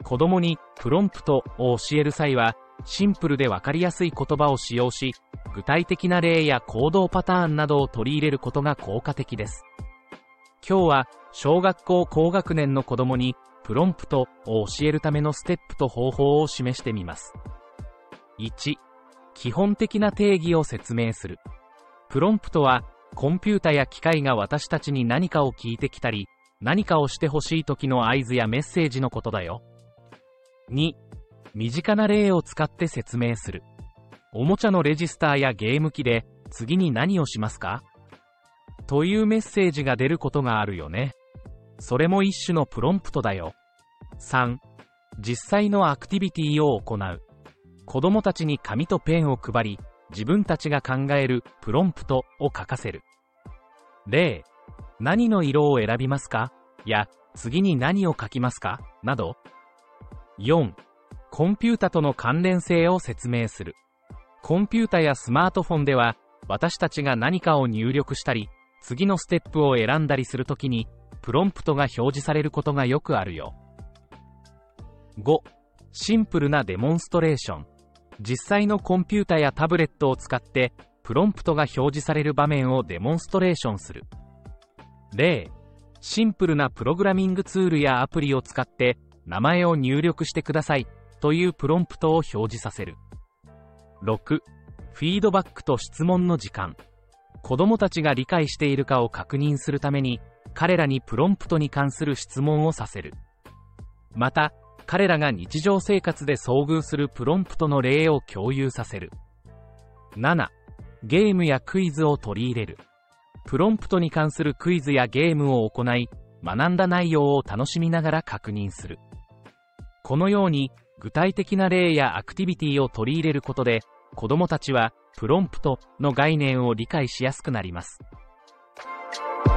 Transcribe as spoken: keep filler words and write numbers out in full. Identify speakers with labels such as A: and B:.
A: 子供にプロンプトを教える際は、シンプルでわかりやすい言葉を使用し、具体的な例や行動パターンなどを取り入れることが効果的です。今日は、小学校高学年の子供にプロンプトを教えるためのステップと方法を示してみます。いち、基本的な定義を説明する。プロンプトは、コンピュータや機械が私たちに何かを聞いてきたり、何かをしてほしい時の合図やメッセージのことだよ。に、身近な例を使って説明する。おもちゃのレジスターやゲーム機で、次に何をしますか？というメッセージが出ることがあるよね。それも一種のプロンプトだよ。さん、実際のアクティビティを行う。子供たちに紙とペンを配り、自分たちが考えるプロンプトを書かせる。例、何の色を選びますか？や、次に何を書きますか？など。よん、コンピュータとの関連性を説明する。コンピュータやスマートフォンでは、私たちが何かを入力したり、次のステップを選んだりするときに、プロンプトが表示されることがよくあるよ。ご、シンプルなデモンストレーション。実際のコンピュータやタブレットを使って、プロンプトが表示される場面をデモンストレーションする。例、シンプルなプログラミングツールやアプリを使って、名前を入力してくださいというプロンプトを表示させる。ろく、フィードバックと質問の時間。子供たちが理解しているかを確認するために、彼らにプロンプトに関する質問をさせる。また、彼らが日常生活で遭遇するプロンプトの例を共有させる。なな、ゲームやクイズを取り入れる。プロンプトに関するクイズやゲームを行い、学んだ内容を楽しみながら確認する。このように、具体的な例やアクティビティを取り入れることで、子供たちはプロンプトの概念を理解しやすくなります。